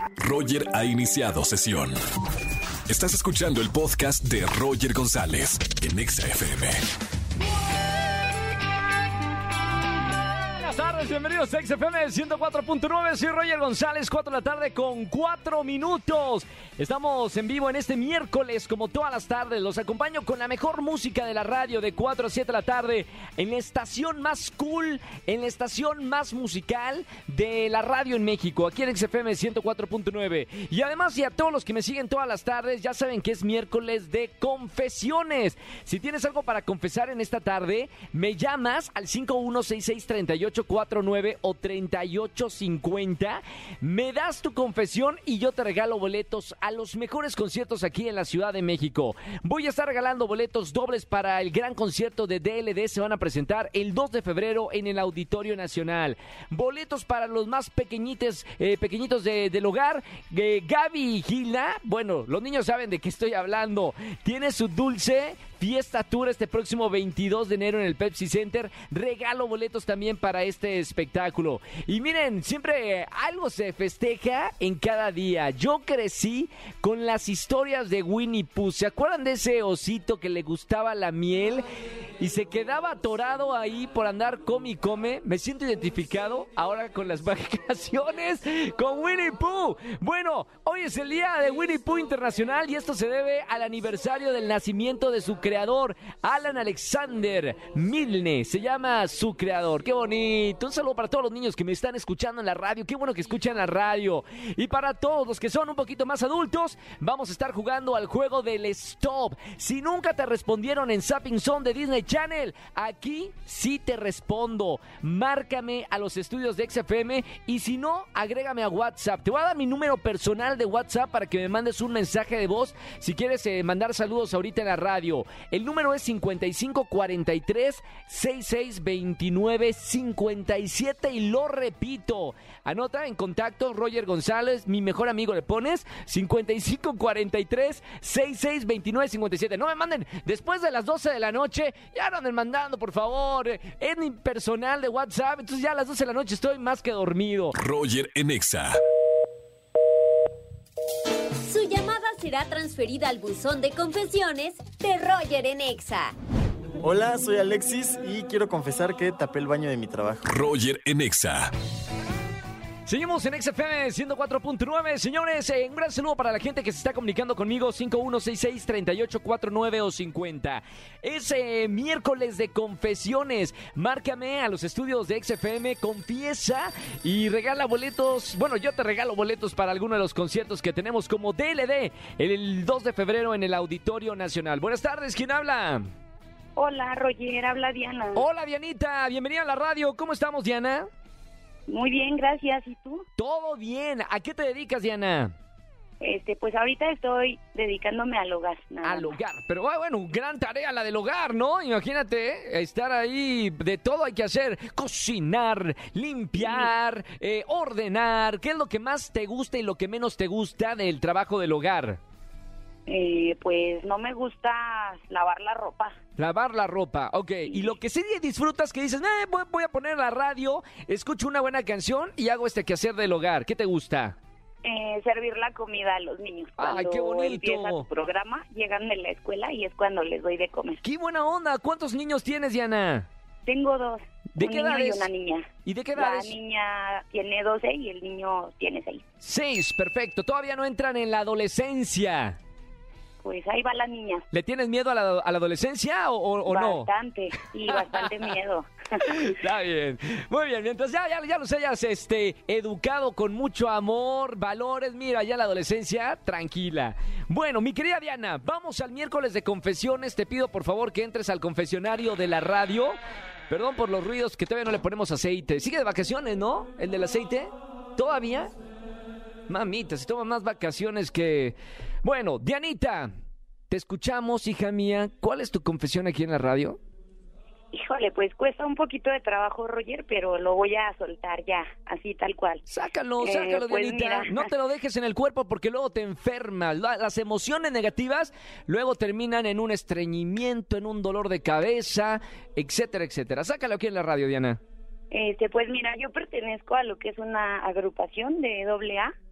Roger ha iniciado sesión. Estás escuchando el podcast de Roger González en Exa FM. Buenas tardes, bienvenidos a Exa FM 104.9. Soy Roger González, 4 de la tarde con 4 minutos. Estamos en vivo en este miércoles, como todas las tardes. Los acompaño con la mejor música de la radio de 4 a 7 de la tarde en la estación más cool, en la estación más musical de la radio en México, aquí en Exa FM 104.9. Y además, y a todos los que me siguen todas las tardes, ya saben que es miércoles de confesiones. Si tienes algo para confesar en esta tarde, me llamas al 5166-3849 o 3850. Me das tu confesión y yo te regalo boletos a los mejores conciertos aquí en la Ciudad de México. Voy a estar regalando boletos dobles para el gran concierto de DLD. Se van a presentar el 2 de febrero en el Auditorio Nacional. Boletos para los más pequeñitos del hogar. Gaby y Gilda, bueno, los niños saben de qué estoy hablando. Tiene su dulce Fiesta Tour este próximo 22 de enero en el Pepsi Center. Regalo boletos también para este espectáculo. Y miren, siempre algo se festeja en cada día. Yo crecí con las historias de Winnie Pooh. ¿Se acuerdan de ese osito que le gustaba la miel y se quedaba atorado ahí por andar come y come? Me siento identificado ahora con las vacaciones con Winnie Pooh. Bueno, hoy es el día de Winnie Pooh Internacional y esto se debe al aniversario del nacimiento de su creador, Alan Alexander Milne. Se llama su creador. ¡Qué bonito! Un saludo para todos los niños que me están escuchando en la radio. ¡Qué bueno que escuchan la radio! Y para todos los que son un poquito más adultos, vamos a estar jugando al juego del Stop. Si nunca te respondieron en Zapping Zone de Disney Channel, aquí sí te respondo. Márcame a los estudios de XFM y si no, agrégame a WhatsApp. Te voy a dar mi número personal de WhatsApp para que me mandes un mensaje de voz si quieres mandar saludos ahorita en la radio. El número es 5543-6629-57 y lo repito. Anota en contacto Roger González, mi mejor amigo, le pones 5543-6629-57. No me manden después de las 12 de la noche, ya no anden mandando, por favor. Es mi personal de WhatsApp, entonces ya a las 12 de la noche estoy más que dormido. Roger en Exa. Su llamada será transferida al buzón de confesiones de Roger en Exa. Hola, soy Alexis y quiero confesar que tapé el baño de mi trabajo. Roger en Exa. Seguimos en XFM 104.9, señores, un gran saludo para la gente que se está comunicando conmigo, 5166-3849 o 50. Es miércoles de confesiones. Márcame a los estudios de XFM, confiesa y regala boletos. Bueno, yo te regalo boletos para alguno de los conciertos que tenemos como DLD el 2 de febrero en el Auditorio Nacional. Buenas tardes, ¿quién habla? Hola, Roger, habla Diana. Hola, Dianita, bienvenida a la radio. ¿Cómo estamos, Diana? Muy bien, gracias. ¿Y tú? Todo bien. ¿A qué te dedicas, Diana? Pues ahorita estoy dedicándome al hogar. Al hogar. Pero bueno, gran tarea la del hogar, ¿no? Imagínate, estar ahí, de todo hay que hacer. Cocinar, limpiar, ordenar. ¿Qué es lo que más te gusta y lo que menos te gusta del trabajo del hogar? Pues no me gusta lavar la ropa. Lavar la ropa, ok. Y lo que sí disfrutas, que dices, voy a poner la radio, escucho una buena canción y hago este quehacer del hogar. ¿Qué te gusta? Servir la comida a los niños. ¡Ay, qué bonito! Empieza tu programa, llegan de la escuela y es cuando les doy de comer. ¡Qué buena onda! ¿Cuántos niños tienes, Diana? Tengo 2. ¿De qué edad y es? una niña. ¿Y de qué edad es? La niña tiene 12 y el niño tiene 6. 6, perfecto. Todavía no entran en la adolescencia. Pues ahí va la niña. ¿Le tienes miedo a la adolescencia o no? Bastante, sí, bastante miedo. Está bien, muy bien. Mientras ya los hayas educado con mucho amor, valores, mira, ya la adolescencia, tranquila. Bueno, mi querida Diana, vamos al miércoles de confesiones. Te pido, por favor, que entres al confesionario de la radio. Perdón por los ruidos, que todavía no le ponemos aceite. Sigue de vacaciones, ¿no? ¿El del aceite? ¿Todavía? Mamita, si toma más vacaciones que... Bueno, Dianita, te escuchamos, hija mía. ¿Cuál es tu confesión aquí en la radio? Híjole, pues cuesta un poquito de trabajo, Roger, pero lo voy a soltar ya, así tal cual. Sácalo, pues Dianita. Mira. No te lo dejes en el cuerpo porque luego te enfermas. Las emociones negativas luego terminan en un estreñimiento, en un dolor de cabeza, etcétera, etcétera. Sácalo aquí en la radio, Diana. Pues mira, yo pertenezco a lo que es una agrupación de AA,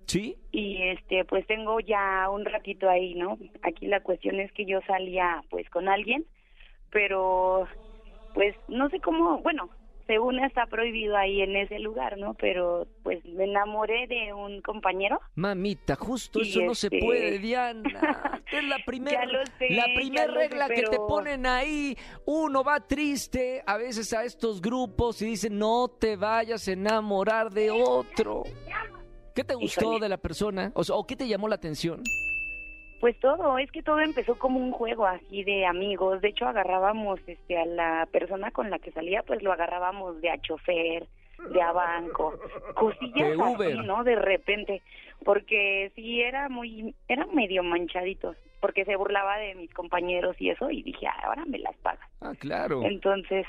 ¿Sí? Y pues tengo ya un ratito ahí, ¿no? Aquí la cuestión es que yo salía pues con alguien, pero pues no sé cómo, bueno, según está prohibido ahí en ese lugar, ¿no? Pero pues me enamoré de un compañero. Mamita, justo Y eso no se puede, Diana. Es la primera Ya lo sé, regla que te pero- ponen ahí. Uno va triste a veces a estos grupos y dicen, no te vayas a enamorar de otro. ¿Qué te gustó Híjole. de la persona? ¿O qué te llamó la atención? Pues todo, es que todo empezó como un juego así de amigos. De hecho, agarrábamos a la persona con la que salía, pues lo agarrábamos de a chofer, de a banco, cosillas De Uber. así, ¿no? De repente, porque sí era medio manchadito, porque se burlaba de mis compañeros y eso, y dije, ahora me las paga. Ah, claro. Entonces,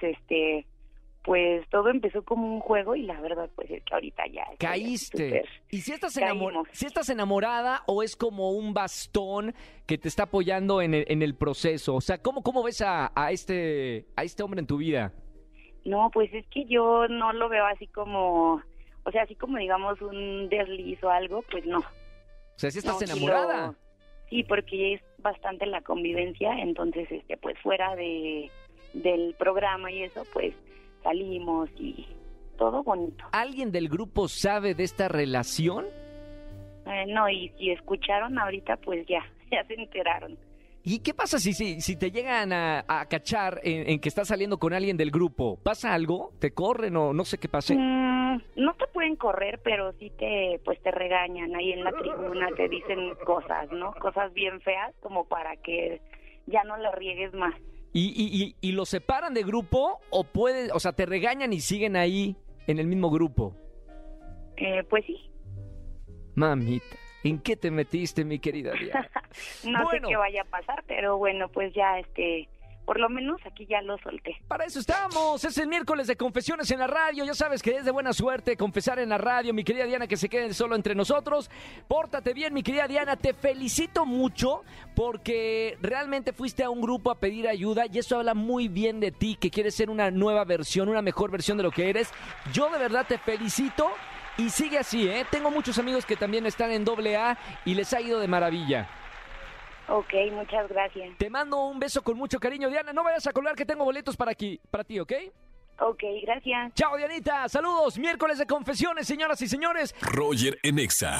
pues todo empezó como un juego y la verdad, pues es que ahorita ya estoy Caíste. súper- ¿Y si estás, Caímos. si estás enamorada o es como un bastón que te está apoyando en el proceso? O sea, ¿cómo ves a este hombre en tu vida? No, pues es que yo no lo veo así como, o sea, así como digamos un desliz o algo, pues no. O sea, si estás No, sí enamorada. Sí, porque es bastante la convivencia, entonces, pues fuera del programa y eso, pues salimos y todo bonito. ¿Alguien del grupo sabe de esta relación? No, y si escucharon ahorita, pues ya se enteraron. ¿Y qué pasa si te llegan a cachar en que estás saliendo con alguien del grupo? ¿Pasa algo? ¿Te corren o no sé qué pase? No te pueden correr, pero sí te regañan ahí en la tribuna, te dicen cosas, ¿no? Cosas bien feas como para que ya no la riegues más. ¿Y los separan de grupo o sea, te regañan y siguen ahí en el mismo grupo? Pues sí. Mamita, ¿en qué te metiste, mi querida Diana? No Bueno. sé qué vaya a pasar, pero bueno, pues ya por lo menos aquí ya lo solté. Para eso estamos, es el miércoles de confesiones en la radio, ya sabes que es de buena suerte confesar en la radio, mi querida Diana, que se quede solo entre nosotros. Pórtate bien, mi querida Diana, te felicito mucho porque realmente fuiste a un grupo a pedir ayuda y eso habla muy bien de ti, que quieres ser una nueva versión, una mejor versión de lo que eres. Yo de verdad te felicito y sigue así, ¿eh? Tengo muchos amigos que también están en AA y les ha ido de maravilla. Ok, muchas gracias. Te mando un beso con mucho cariño, Diana. No vayas a colgar que tengo boletos para ti, ¿ok? Ok, gracias. Chao, Dianita. Saludos. Miércoles de confesiones, señoras y señores. Roger en Exa.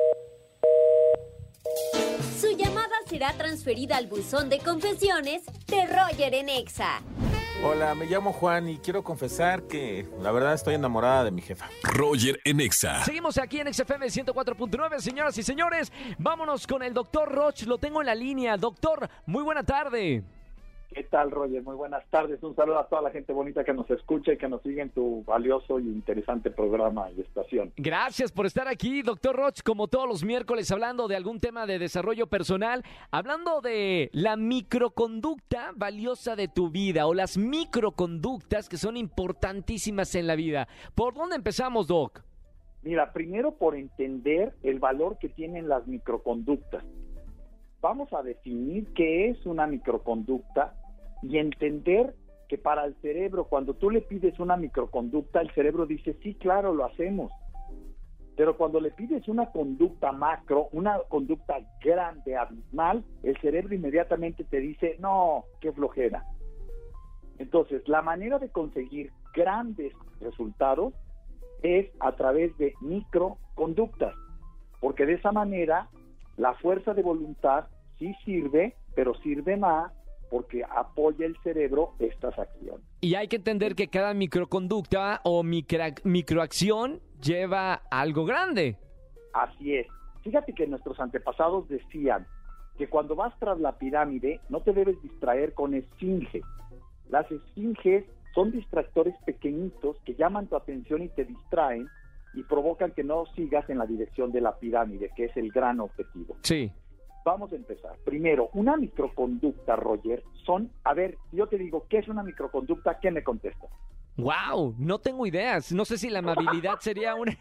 Su llamada será transferida al buzón de confesiones de Roger en Exa. Hola, me llamo Juan y quiero confesar que la verdad estoy enamorada de mi jefa. Roger en Exa. Seguimos aquí en XFM 104.9, señoras y señores. Vámonos con el doctor Roch. Lo tengo en la línea. Doctor, muy buena tarde. ¿Qué tal, Roger? Muy buenas tardes. Un saludo a toda la gente bonita que nos escucha y que nos sigue en tu valioso y interesante programa y estación. Gracias por estar aquí, doctor Roch, como todos los miércoles, hablando de algún tema de desarrollo personal, hablando de la microconducta valiosa de tu vida o las microconductas que son importantísimas en la vida. ¿Por dónde empezamos, Doc? Mira, primero por entender el valor que tienen las microconductas. Vamos a definir qué es una microconducta y entender que para el cerebro, cuando tú le pides una microconducta, el cerebro dice, sí, claro, lo hacemos. Pero cuando le pides una conducta macro, una conducta grande, abismal, el cerebro inmediatamente te dice, no, qué flojera. Entonces, la manera de conseguir grandes resultados es a través de microconductas, porque de esa manera la fuerza de voluntad sí sirve, pero sirve más porque apoya el cerebro estas acciones. Y hay que entender que cada microconducta o microacción lleva algo grande. Así es. Fíjate que nuestros antepasados decían que cuando vas tras la pirámide no te debes distraer con esfinges. Las esfinges son distractores pequeñitos que llaman tu atención y te distraen y provocan que no sigas en la dirección de la pirámide, que es el gran objetivo. Sí. Vamos a empezar. Primero, una microconducta, Roger, a ver, yo te digo, ¿qué es una microconducta? ¿Qué me contestas? Wow, no tengo ideas. No sé si la amabilidad sería una...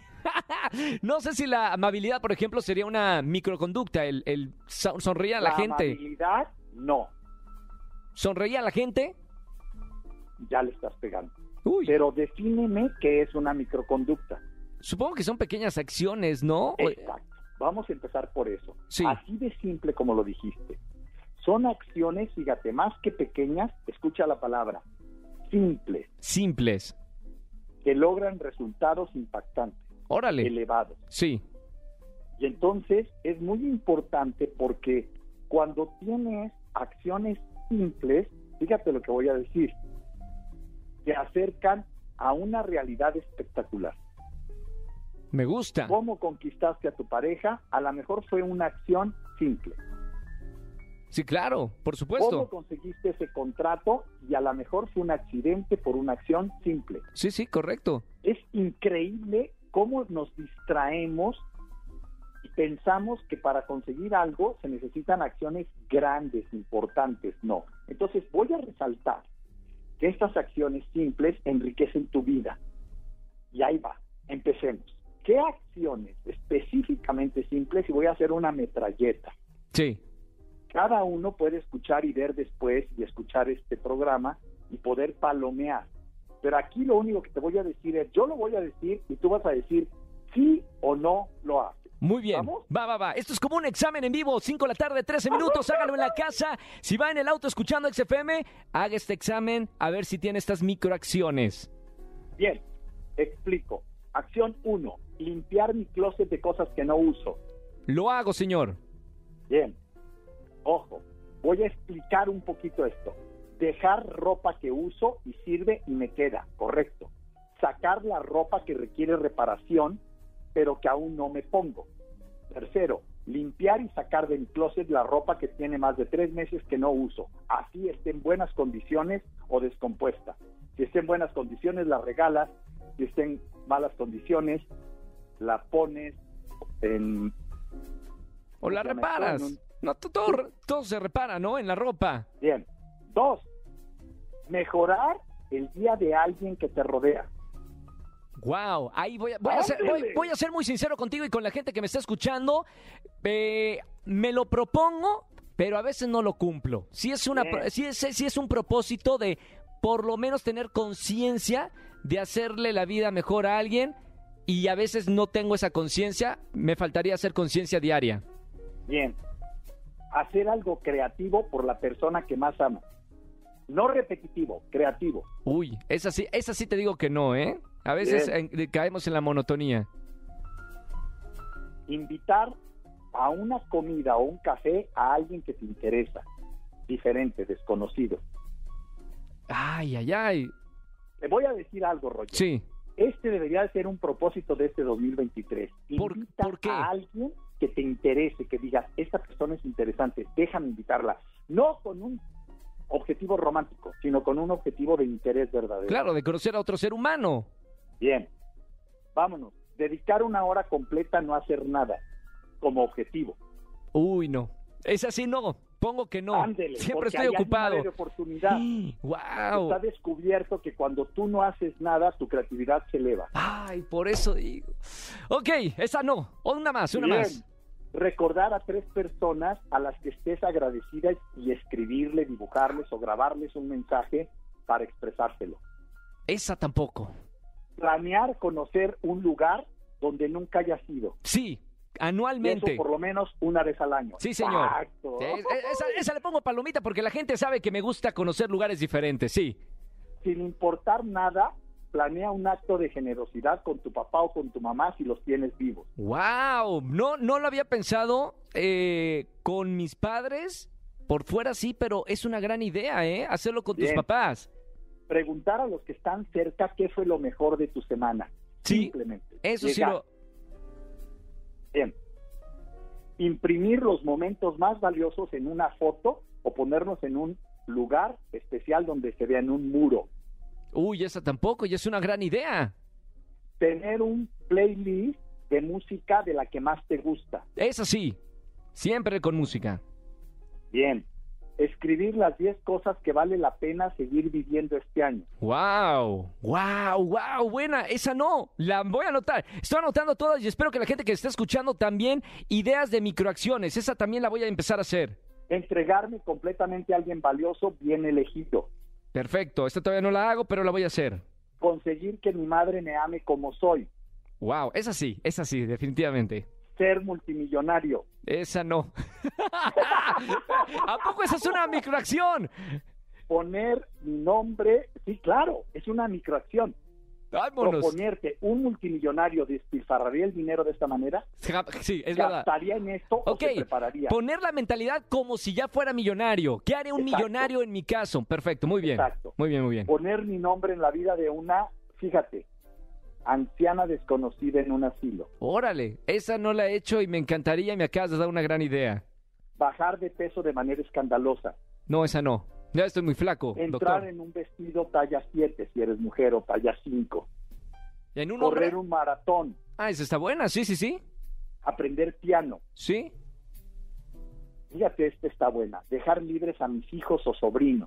No sé si la amabilidad, por ejemplo, sería una microconducta, el sonreír a la gente. La amabilidad, no. ¿Sonreír a la gente? Ya le estás pegando. Uy. Pero defíneme qué es una microconducta. Supongo que son pequeñas acciones, ¿no? Exacto. Vamos a empezar por eso. Sí. Así de simple como lo dijiste. Son acciones, fíjate, más que pequeñas, escucha la palabra, simples, Simples. que logran resultados impactantes, Órale. elevados. Sí. Y entonces es muy importante porque cuando tienes acciones simples, fíjate lo que voy a decir, te acercan a una realidad espectacular. Me gusta. ¿Cómo conquistaste a tu pareja? A lo mejor fue una acción simple. Sí, claro, por ¿Cómo supuesto. conseguiste ese contrato? Y a lo mejor fue un accidente por una acción simple. Sí, sí, correcto. Es increíble cómo nos distraemos y pensamos que para conseguir algo se necesitan acciones grandes, importantes. No. Entonces voy a resaltar que estas acciones simples enriquecen tu vida. Y ahí va, empecemos. ¿Qué acciones específicamente simples? Y voy a hacer una metralleta. Sí. Cada uno puede escuchar y ver después y escuchar este programa y poder palomear. Pero aquí lo único que te voy a decir es, yo lo voy a decir y tú vas a decir sí o no lo haces. Muy bien. ¿Vamos? Va. Esto es como un examen en vivo, 5 de la tarde, 13 minutos. Hágalo en la casa. Si va en el auto escuchando XFM, haga este examen a ver si tiene estas microacciones. Bien, explico. Acción 1, limpiar mi closet de cosas que no uso. Lo hago, señor. Bien, ojo, voy a explicar un poquito esto. Dejar ropa que uso y sirve y me queda, correcto. Sacar la ropa que requiere reparación, pero que aún no me pongo. Tercero, limpiar y sacar de mi closet la ropa que tiene más de 3 meses que no uso. Así esté en buenas condiciones o descompuesta. Si esté en buenas condiciones, la regalas. Si esté en malas condiciones, la pones en... O la reparas. No, todo se repara, ¿no? En la ropa. Bien. 2, mejorar el día de alguien que te rodea. Wow, ahí voy a ser muy sincero contigo y con la gente que me está escuchando. Me lo propongo, pero a veces no lo cumplo. Sí es un propósito de por lo menos tener conciencia de hacerle la vida mejor a alguien y a veces no tengo esa conciencia. Me faltaría hacer conciencia diaria. Bien. Hacer algo creativo por la persona que más amas. No repetitivo, creativo. Uy, esa sí te digo que no, ¿eh? A veces caemos en la monotonía. Invitar a una comida o un café a alguien que te interesa. Diferente, desconocido. Ay. Te voy a decir algo, Roger. Sí. Este debería de ser un propósito de este 2023. Invita ¿Por qué? a alguien que te interese, que digas, esta persona es interesante, déjame invitarla. No con un objetivo romántico, sino con un objetivo de interés verdadero. Claro, de conocer a otro ser humano. Bien, vámonos. Dedicar 1 hora completa a no hacer nada, como objetivo. Uy, no. Es así, no. Pongo que no. Ándele, siempre porque estoy ahí hay ocupado. un área de oportunidad. Wow. Está descubierto que cuando tú no haces nada, tu creatividad se eleva. Ay, por eso digo. Ok, esa no. Una más. Bien. Recordar a 3 personas a las que estés agradecida y escribirle, dibujarles o grabarles un mensaje para expresárselo. Esa tampoco. Planear conocer un lugar donde nunca hayas ido. Sí, Y anualmente. eso por lo menos 1 vez al año. Sí, señor. Exacto. Esa le pongo palomita porque la gente sabe que me gusta conocer lugares diferentes, sí. Sin importar nada, planea un acto de generosidad con tu papá o con tu mamá si los tienes vivos. Wow, no lo había pensado con mis padres. Por fuera sí, pero es una gran idea, hacerlo con tus Bien. papás. Preguntar a los que están cerca qué fue lo mejor de tu semana. Sí, Simplemente. eso sí Llegar. Bien. Imprimir los momentos más valiosos en una foto o ponernos en un lugar especial donde se vea en un muro. Uy, esa tampoco, y es una gran idea. Tener un playlist de música de la que más te gusta. Esa sí, siempre con música. Bien. Escribir las 10 cosas que vale la pena seguir viviendo este año. Wow, buena, esa no, la voy a anotar. Estoy anotando todas y espero que la gente que esté escuchando también ideas de microacciones, esa también la voy a empezar a hacer. Entregarme completamente a alguien valioso, bien elegido. Perfecto, esta todavía no la hago, pero la voy a hacer. Conseguir que mi madre me ame como soy. Wow, esa sí, definitivamente. ser multimillonario. Esa no. ¿A poco esa es una microacción? Poner mi nombre, sí, claro, es una microacción. Vámonos. Proponerte un multimillonario despilfarraría el dinero de esta manera, Sí, es verdad. gastaría en esto o Ok, se prepararía. poner la mentalidad como si ya fuera millonario. ¿Qué haré un Exacto. millonario en mi caso? Perfecto, muy bien. Exacto. Muy bien, muy bien. Poner mi nombre en la vida de una, fíjate, anciana desconocida en un asilo. Órale, esa no la he hecho y me encantaría y me acabas de dar una gran idea. Bajar de peso de manera escandalosa. No, esa no. Ya estoy muy flaco, Entrar doctor. en un vestido talla 7 si eres mujer o talla 5. ¿En un Correr hombre? un maratón. Ah, esa está buena, sí, sí, sí. Aprender piano. Sí. Fíjate, esta está buena. Dejar libres a mis hijos o sobrinos.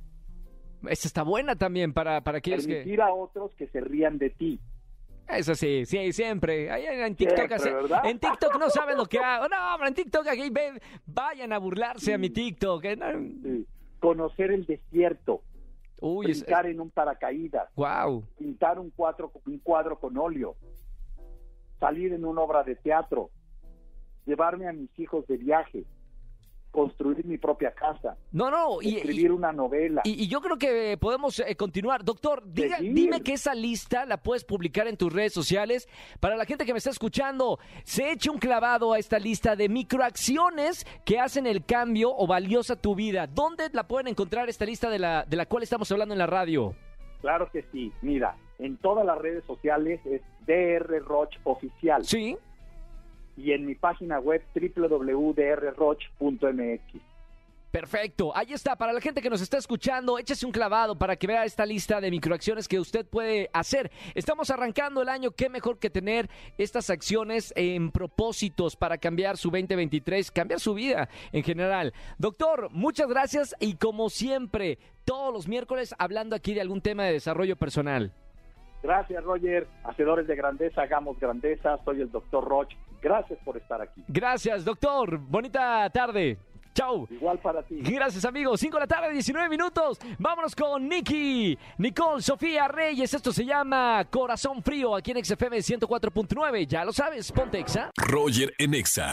Esa está buena también para aquellos que... Permitir a otros que se rían de ti. Eso sí, sí, siempre. Ahí en TikTok, Siempre, ¿verdad? en TikTok no saben lo que hago. No, hombre, en TikTok aquí vayan a burlarse a mi TikTok. Sí. Conocer el desierto. Uy, Brincar en un paracaídas. wow. Pintar un cuadro con óleo. Salir en una obra de teatro. Llevarme a mis hijos de viaje. Construir mi propia casa. No, Escribir una novela. y yo creo que podemos continuar. Doctor, Seguir. dime que esa lista la puedes publicar en tus redes sociales para la gente que me está escuchando. Se eche un clavado a esta lista de microacciones que hacen el cambio o valiosa tu vida. ¿Dónde la pueden encontrar esta lista de la cual estamos hablando en la radio? Claro que sí. Mira, en todas las redes sociales es DR Roch Oficial. Sí. Y en mi página web www.drroch.mx. Perfecto, ahí está, para la gente que nos está escuchando, échese un clavado para que vea esta lista de microacciones que usted puede hacer. Estamos arrancando el año, qué mejor que tener estas acciones en propósitos para cambiar su 2023, cambiar su vida en general. Doctor, muchas gracias y como siempre, todos los miércoles hablando aquí de algún tema de desarrollo personal. Gracias, Roger. Hacedores de grandeza, hagamos grandeza. Soy el Dr. Roch. Gracias por estar aquí. Gracias, doctor, bonita tarde. Chau. Igual para ti. Gracias, amigos. 5 de la tarde, 19 minutos. Vámonos con Nicole Sofía Reyes. Esto se llama Corazón Frío aquí en XFM 104.9. Ya lo sabes, ponte Exa. Roger en Exa.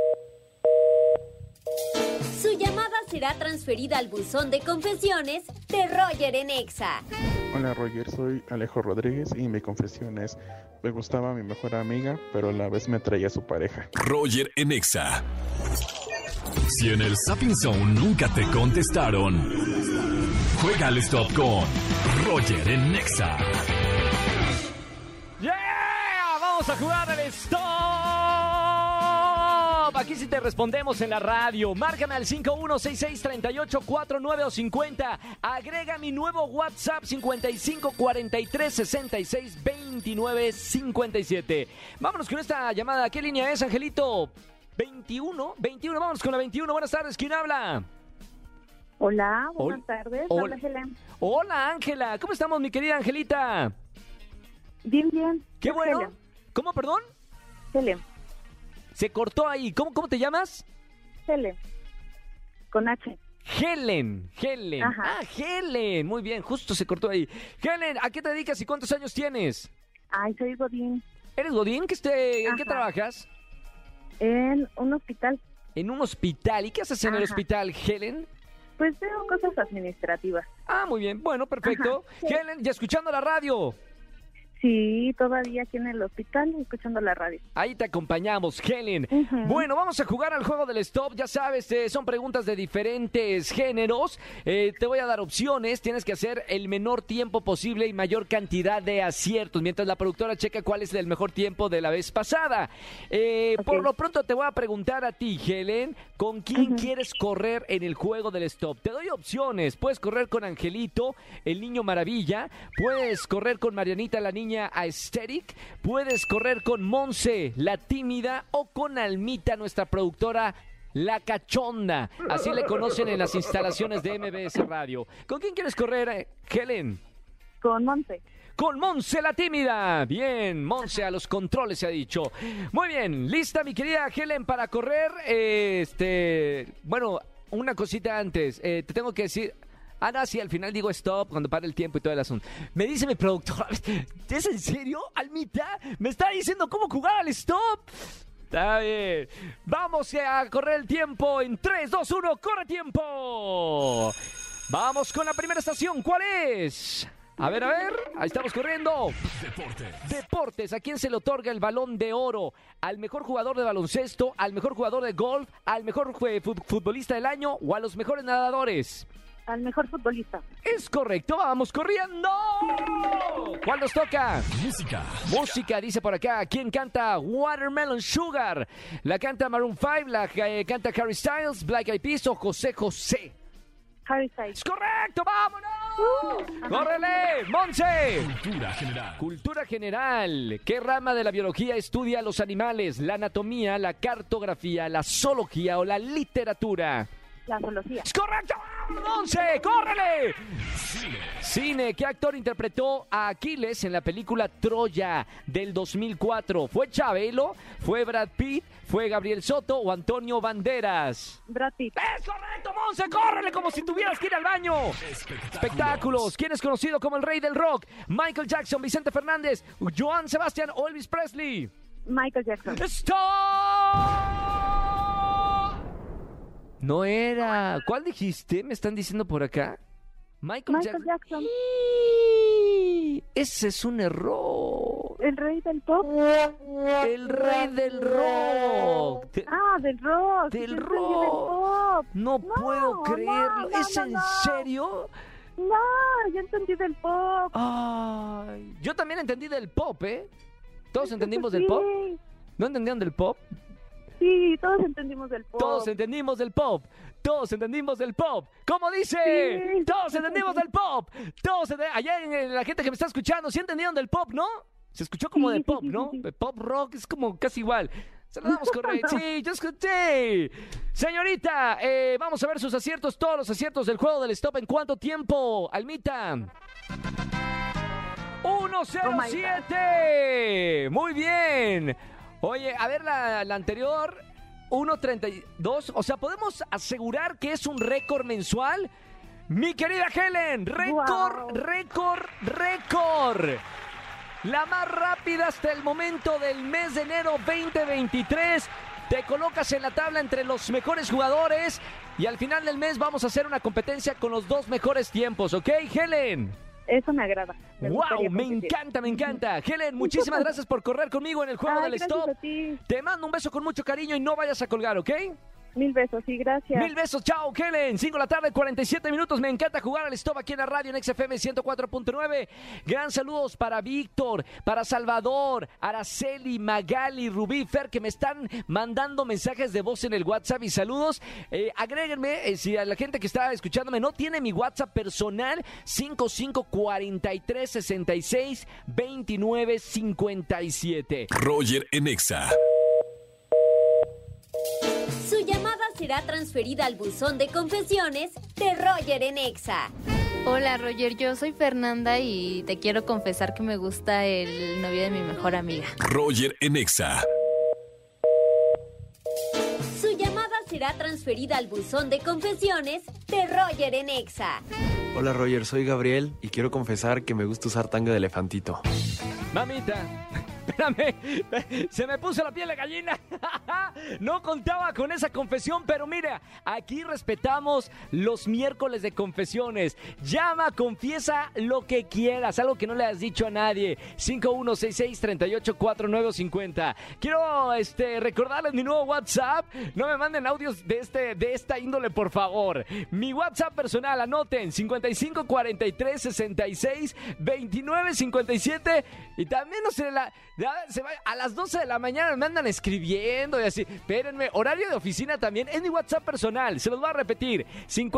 Su llamada será transferida al buzón de confesiones de Roger en Exa. Hola Roger, soy Alejo Rodríguez y mi confesión es, me gustaba mi mejor amiga, pero a la vez me traía su pareja. Roger en Exa. Si en el Zapping Zone nunca te contestaron, juega al Stop con Roger en Exa. ¡Yeah! Vamos a jugar al Stop. Aquí sí te respondemos en la radio. Márcame al 51663849 o 50. Agrega mi nuevo WhatsApp 5543662957. Vámonos con esta llamada. ¿Qué línea es, Angelito? 21, vámonos con la 21. Buenas tardes, ¿quién habla? Hola, buenas tardes. Hola. Hola, Ángela. Hola, Ángela. ¿Cómo estamos, mi querida Angelita? Bien, bien. Qué bueno. Helen. ¿Cómo, perdón? Helen. Se cortó ahí. ¿Cómo te llamas? Helen. Con H. Helen. Ajá. Ah, Helen. Muy bien, justo se cortó ahí. Helen, ¿a qué te dedicas y cuántos años tienes? Ay, soy Godín. ¿Eres Godín? ¿En qué Ajá. trabajas? En un hospital. En un hospital. ¿Y qué haces en el Ajá. hospital, Helen? Pues veo cosas administrativas. Ah, muy bien. Bueno, perfecto. Ajá, sí. Helen, ya escuchando la radio. Sí, todavía aquí en el hospital escuchando la radio. Ahí te acompañamos, Helen. Ujú. Bueno, vamos a jugar al juego del stop. Ya sabes, son preguntas de diferentes géneros. Te voy a dar opciones. Tienes que hacer el menor tiempo posible y mayor cantidad de aciertos, mientras la productora checa cuál es el mejor tiempo de la vez pasada. Ok. Por lo pronto te voy a preguntar a ti, Helen, ¿con quién Ujú. quieres correr en el juego del stop? Te doy opciones. Puedes correr con Angelito, el niño maravilla. Puedes correr con Marianita, la niña aesthetic. Puedes correr con Monse, la tímida, o con Almita, nuestra productora, la cachonda. Así le conocen en las instalaciones de MBS Radio. ¿Con quién quieres correr, Helen? Con Monte. Con Monse, la tímida. Bien, Monse a los controles se ha dicho. Muy bien, lista mi querida Helen para correr. Bueno, una cosita antes. Te tengo que decir... Ah, no, sí, al final digo stop cuando pare el tiempo y todo el asunto. Me dice mi productora, ¿es en serio, Almita? ¿Me está diciendo cómo jugar al stop? Está bien. Vamos a correr el tiempo en 3, 2, 1. ¡Corre tiempo! Vamos con la primera estación. ¿Cuál es? A ver. Ahí estamos corriendo. Deportes. ¿A quién se le otorga el Balón de Oro? ¿Al mejor jugador de baloncesto? ¿Al mejor jugador de golf? ¿Al mejor futbolista del año? ¿O a los mejores nadadores? Al mejor futbolista. Es correcto, vamos corriendo. ¿Cuál nos toca? Música, dice por acá. ¿Quién canta Watermelon Sugar? ¿La canta Maroon 5? ¿La canta Harry Styles? ¿Black Eyed Peas o José José? Harry Styles. ¡Es correcto! ¡Vámonos! ¡Córrele! ¡Monse! Cultura general. ¿Qué rama de la biología estudia los animales? ¿La anatomía, la cartografía, la zoología o la literatura? La zoología. ¡Es correcto! ¡Monse! ¡Córrele! Cine. ¿Qué actor interpretó a Aquiles en la película Troya del 2004? ¿Fue Chabelo? ¿Fue Brad Pitt? ¿Fue Gabriel Soto o Antonio Banderas? Brad Pitt. ¡Es correcto, Monse! ¡Córrele como si tuvieras que ir al baño! Espectáculos. ¿Quién es conocido como el rey del rock? ¿Michael Jackson, Vicente Fernández, Joan Sebastián o Elvis Presley? Michael Jackson. ¡Stop! No era. ¿Cuál dijiste? Me están diciendo por acá. Michael Jackson. Ese es un error. El rey del pop. El rey del rock. Del rock. Del rock. No puedo creerlo. ¿Es en serio? No, yo entendí del pop. Ay, yo también entendí del pop, ¿eh? ¿Todos entendimos del pop? ¿No entendieron del pop? Sí, todos entendimos del pop. Todos entendimos del pop. Todos entendimos del pop. ¿Cómo dice? Sí. Todos entendimos del pop. Allá en la gente que me está escuchando, ¿sí entendieron del pop, no? Se escuchó como de pop, ¿no? Sí. Pop rock es como casi igual. Se lo damos correcto. Sí, yo escuché. Señorita, vamos a ver sus aciertos, todos los aciertos del juego del stop. ¿En cuánto tiempo, Almita? 1:07. Muy bien. Oye, a ver la anterior, 1:32. O sea, ¿podemos asegurar que es un récord mensual? Mi querida Helen, récord. La más rápida hasta el momento del mes de enero 2023. Te colocas en la tabla entre los mejores jugadores y al final del mes vamos a hacer una competencia con los 2 mejores tiempos, ¿ok, Helen? Eso me agrada. ¡Wow! Me encanta. Helen, muchísimas gracias por correr conmigo en el juego del stop. Te mando un beso con mucho cariño y no vayas a colgar, ¿ok? 1000 besos, sí, gracias. 1000 besos, chao, Helen. 5:47 p.m. Me encanta jugar al stop aquí en la radio en XFM 104.9. Gran saludos para Víctor, para Salvador, Araceli, Magali, Rubí, Fer, que me están mandando mensajes de voz en el WhatsApp y saludos. Agréguenme, si a la gente que está escuchándome no tiene mi WhatsApp personal, 5543662957. Roger en Exa. Su llamada será transferida al buzón de confesiones de Roger en Exa. Hola Roger, yo soy Fernanda y te quiero confesar que me gusta el novio de mi mejor amiga. Roger en Exa. Su llamada será transferida al buzón de confesiones de Roger en Exa. Hola Roger, soy Gabriel y quiero confesar que me gusta usar tanga de elefantito. Mamita, espérame, se me puso la piel de gallina. No contaba con esa confesión, pero mira, aquí respetamos los miércoles de confesiones. Llama, confiesa lo que quieras, algo que no le has dicho a nadie. 5166-384950. Quiero recordarles mi nuevo WhatsApp. No me manden audios de esta índole, por favor. Mi WhatsApp personal, anoten, 5543662957. Y también no sé, a las 12 de la mañana me andan escribiendo y así. Espérenme, horario de oficina también. Es mi WhatsApp personal, se los voy a repetir.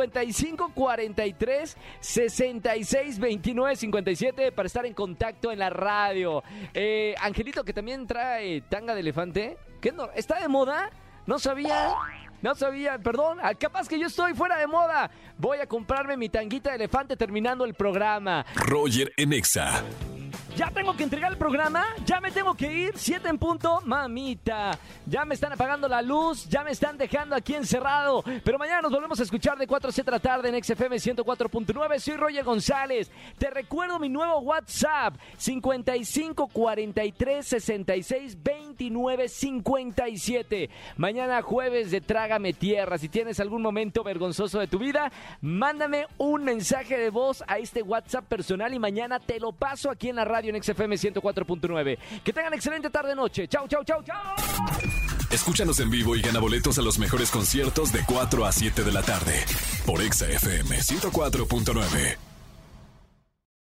5543662957 para estar en contacto en la radio. Angelito, que también trae tanga de elefante. ¿Qué no? ¿Está de moda? No sabía, perdón. Capaz que yo estoy fuera de moda. Voy a comprarme mi tanguita de elefante terminando el programa. Roger en Exa. Ya tengo que entregar el programa, ya me tengo que ir, 7 en punto, mamita. Ya me están apagando la luz, ya me están dejando aquí encerrado. Pero mañana nos volvemos a escuchar de 4 a 7 de la tarde en XFM 104.9. Soy Roger González. Te recuerdo mi nuevo WhatsApp, 55 43 66 29 57. Mañana jueves de Trágame Tierra. Si tienes algún momento vergonzoso de tu vida, mándame un mensaje de voz a este WhatsApp personal y mañana te lo paso aquí en la radio en XFM 104.9. Que tengan excelente tarde-noche. Chau, chau, chau, chau. Escúchanos en vivo y gana boletos a los mejores conciertos de 4 a 7 de la tarde por XFM 104.9.